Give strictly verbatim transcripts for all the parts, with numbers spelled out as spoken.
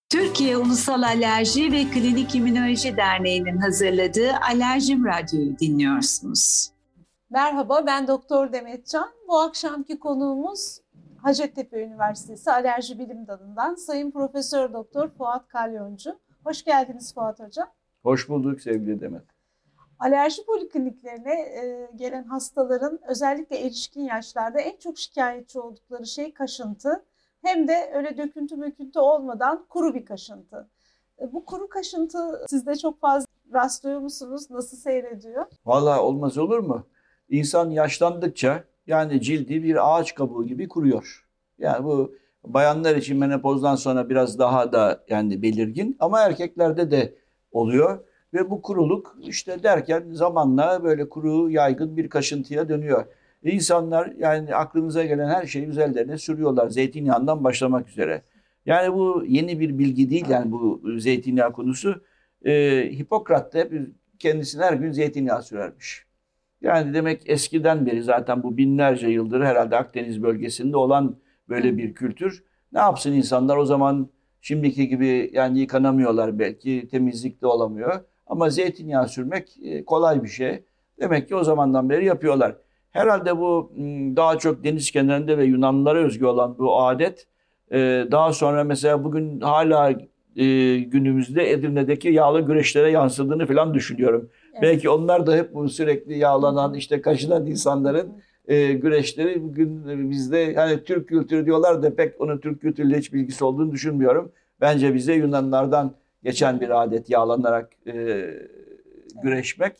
Türkiye Ulusal Alerji ve Klinik İmmünoloji Derneği'nin hazırladığı Alerjim Radyo'yu dinliyorsunuz. Merhaba, ben Doktor Demet Can. Bu akşamki konuğumuz Hacettepe Üniversitesi Alerji Bilim Dalı'ndan Sayın Profesör Doktor Fuat Kalyoncu. Hoş geldiniz Fuat Hocam. Hoş bulduk sevgili Demet. Alerji polikliniklerine e, gelen hastaların özellikle erişkin yaşlarda en çok şikayetçi oldukları şey kaşıntı. Hem de öyle döküntü möküntü olmadan kuru bir kaşıntı. E, bu kuru kaşıntı sizde çok fazla rastlıyor musunuz? Nasıl seyrediyor? Vallahi olmaz olur mu? İnsan yaşlandıkça yani cildi bir ağaç kabuğu gibi kuruyor. Yani bu bayanlar için menopozdan sonra biraz daha da yani belirgin ama erkeklerde de oluyor. Ve bu kuruluk işte derken zamanla böyle kuru yaygın bir kaşıntıya dönüyor. E İnsanlar yani aklınıza gelen her şeyi üzerlerine sürüyorlar. Zeytinyağından başlamak üzere. Yani bu yeni bir bilgi değil yani bu zeytinyağı konusu. E, Hipokrat da hep kendisine her gün zeytinyağı sürermiş. Yani demek eskiden beri zaten bu binlerce yıldır herhalde Akdeniz bölgesinde olan böyle bir kültür. Ne yapsın insanlar o zaman şimdiki gibi yani yıkanamıyorlar belki temizlik de olamıyor. Ama zeytinyağı sürmek kolay bir şey. Demek ki o zamandan beri yapıyorlar. Herhalde bu daha çok deniz kenarında ve Yunanlılara özgü olan bu adet daha sonra mesela bugün hala günümüzde Edirne'deki yağlı güreşlere yansıdığını falan düşünüyorum. Evet. Belki onlar da hep bu sürekli yağlanan işte kaşınan insanların güreşleri bugün bizde yani Türk kültürü diyorlar da pek onun Türk kültürüyle hiç bilgisi olduğunu düşünmüyorum. Bence bize Yunanlardan geçen bir adet yağlanarak e, güreşmek.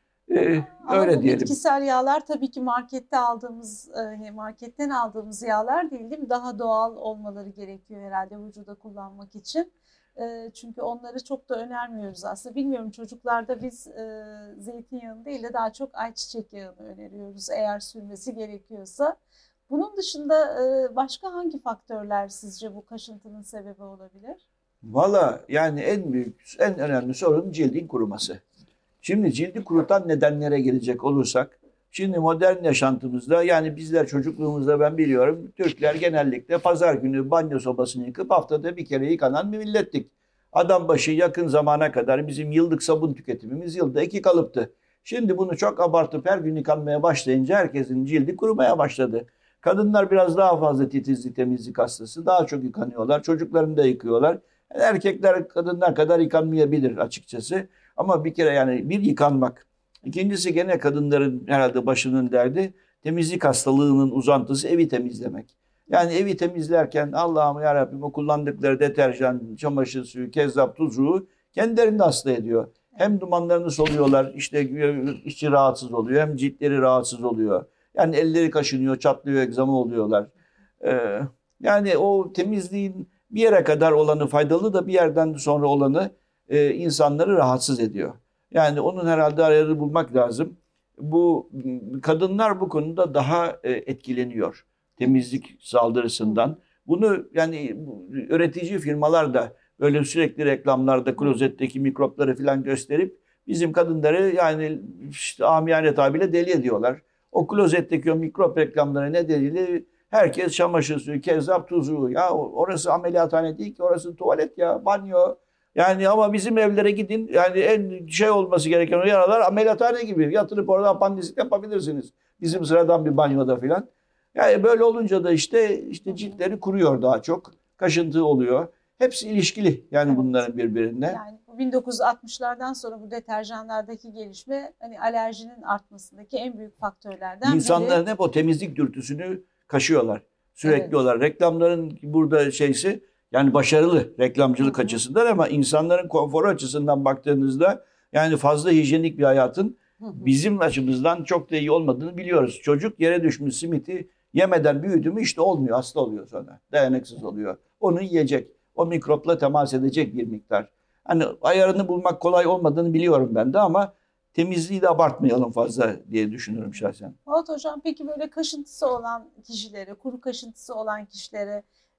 E, Ama öyle bu diyelim. Bitkisel yağlar tabii ki markette aldığımız, hani marketten aldığımız yağlar değil değil mi? Daha doğal olmaları gerekiyor herhalde vücuda kullanmak için. Çünkü onları çok da önermiyoruz aslında. Bilmiyorum çocuklarda biz e, zeytinyağını değil de daha çok ayçiçek yağını öneriyoruz eğer sürmesi gerekiyorsa. Bunun dışında e, başka hangi faktörler sizce bu kaşıntının sebebi olabilir? Valla yani en büyük, en önemli sorun cildin kuruması. Şimdi cildi kurutan nedenlere gelecek olursak, şimdi modern yaşantımızda yani bizler çocukluğumuzda ben biliyorum Türkler genellikle pazar günü banyo sobasını yıkıp haftada bir kere yıkanan bir millettik. Adam başı yakın zamana kadar bizim yıllık sabun tüketimimiz yılda iki kalıptı. Şimdi bunu çok abartıp her gün yıkanmaya başlayınca herkesin cildi kurumaya başladı. Kadınlar biraz daha fazla titizlik, temizlik hastası, daha çok yıkanıyorlar. Çocuklarını da yıkıyorlar. Yani erkekler kadınlar kadar yıkanmayabilir açıkçası. Ama bir kere yani bir yıkanmak. İkincisi gene kadınların herhalde başının derdi temizlik hastalığının uzantısı evi temizlemek. Yani evi temizlerken Allah'ım yarabbim o kullandıkları deterjan, çamaşır suyu, kezzap, tuzu kendilerini de hasta ediyor. Hem dumanlarını soluyorlar, işte içi rahatsız oluyor, hem ciltleri rahatsız oluyor. Yani elleri kaşınıyor, çatlıyor, egzama oluyorlar. Ee, yani o temizliğin bir yere kadar olanı faydalı da bir yerden sonra olanı e, insanları rahatsız ediyor. Yani onun herhalde ayarını bulmak lazım. Bu kadınlar bu konuda daha e, etkileniyor temizlik saldırısından. Bunu yani üretici firmalar da böyle sürekli reklamlarda klozetteki mikropları falan gösterip bizim kadınları yani işte amiyane tabirle deli ediyorlar. O klozetteki o mikrop reklamları nedeniyle herkes çamaşır suyu, kezzap, tuzu. Ya orası ameliyathane değil ki, orası tuvalet ya, banyo. Yani ama bizim evlere gidin yani en şey olması gereken o yaralar ameliyathane gibi. Yatırıp orada apandislik yapabilirsiniz. Bizim sıradan bir banyoda filan. Yani böyle olunca da işte işte ciltleri kuruyor daha çok. Kaşıntı oluyor. Hepsi ilişkili yani evet. Bunların birbirine. Yani bin dokuz yüz altmışlardan sonra bu deterjanlardaki gelişme hani alerjinin artmasındaki en büyük faktörlerden biri. İnsanların hep o temizlik dürtüsünü kaşıyorlar. Sürekli evet. Olarak. Reklamların burada şeysi yani başarılı reklamcılık Hı-hı. açısından ama insanların konforu açısından baktığınızda yani fazla hijyenik bir hayatın Hı-hı. bizim açımızdan çok da iyi olmadığını biliyoruz. Çocuk yere düşmüş simiti yemeden büyüdü mü işte olmuyor, hasta oluyor sonra. Dayanıksız oluyor. Onu yiyecek. O mikropla temas edecek bir miktar. Hani ayarını bulmak kolay olmadığını biliyorum ben de ama temizliği de abartmayalım fazla diye düşünüyorum şahsen. Evet hocam, peki böyle kaşıntısı olan kişilere, kuru kaşıntısı olan kişilere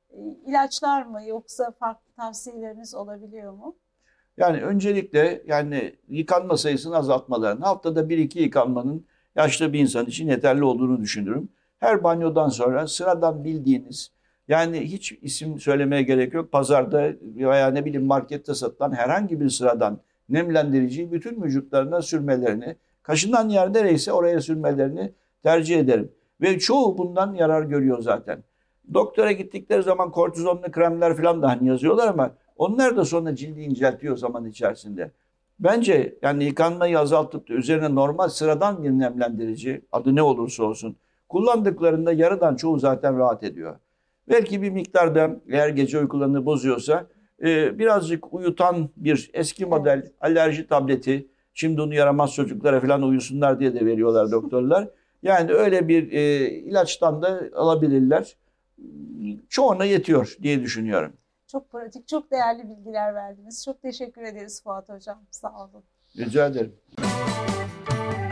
ilaçlar mı yoksa farklı tavsiyeleriniz olabiliyor mu? Yani öncelikle yani yıkanma sayısını azaltmalarını, haftada bir iki yıkanmanın yaşlı bir insan için yeterli olduğunu düşünürüm. Her banyodan sonra sıradan bildiğiniz Yani hiç isim söylemeye gerek yok. Pazarda veya ne bileyim markette satılan herhangi bir sıradan nemlendiriciyi bütün vücutlarına sürmelerini, kaşınan yer nereyse oraya sürmelerini tercih ederim. Ve çoğu bundan yarar görüyor zaten. Doktora gittikleri zaman kortizonlu kremler falan da hani yazıyorlar ama onlar da sonra cildi inceltiyor zaman içerisinde. Bence yani yıkanmayı azaltıp da üzerine normal sıradan bir nemlendirici, adı ne olursa olsun, kullandıklarında yarıdan çoğu zaten rahat ediyor. Belki bir miktarda eğer gece uykularını bozuyorsa e, birazcık uyutan bir eski model evet. alerji tableti, şimdi onu yaramaz çocuklara falan uyusunlar diye de veriyorlar doktorlar. Yani öyle bir e, ilaçtan da alabilirler. Çoğuna yetiyor diye düşünüyorum. Çok pratik, çok değerli bilgiler verdiniz. Çok teşekkür ederiz Fuat Hocam. Sağ olun. Rica ederim.